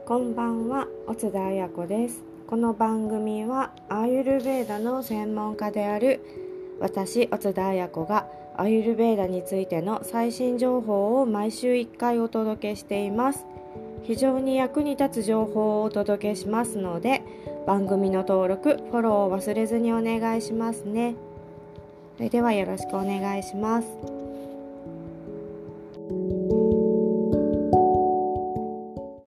こんばんは、お津田彩子です。この番組はアーユルヴェーダの専門家である私、お津田彩子がアーユルヴェーダについての最新情報を毎週1回お届けしています。非常に役に立つ情報をお届けしますので、番組の登録、フォローを忘れずにお願いしますね。それではよろしくお願いします。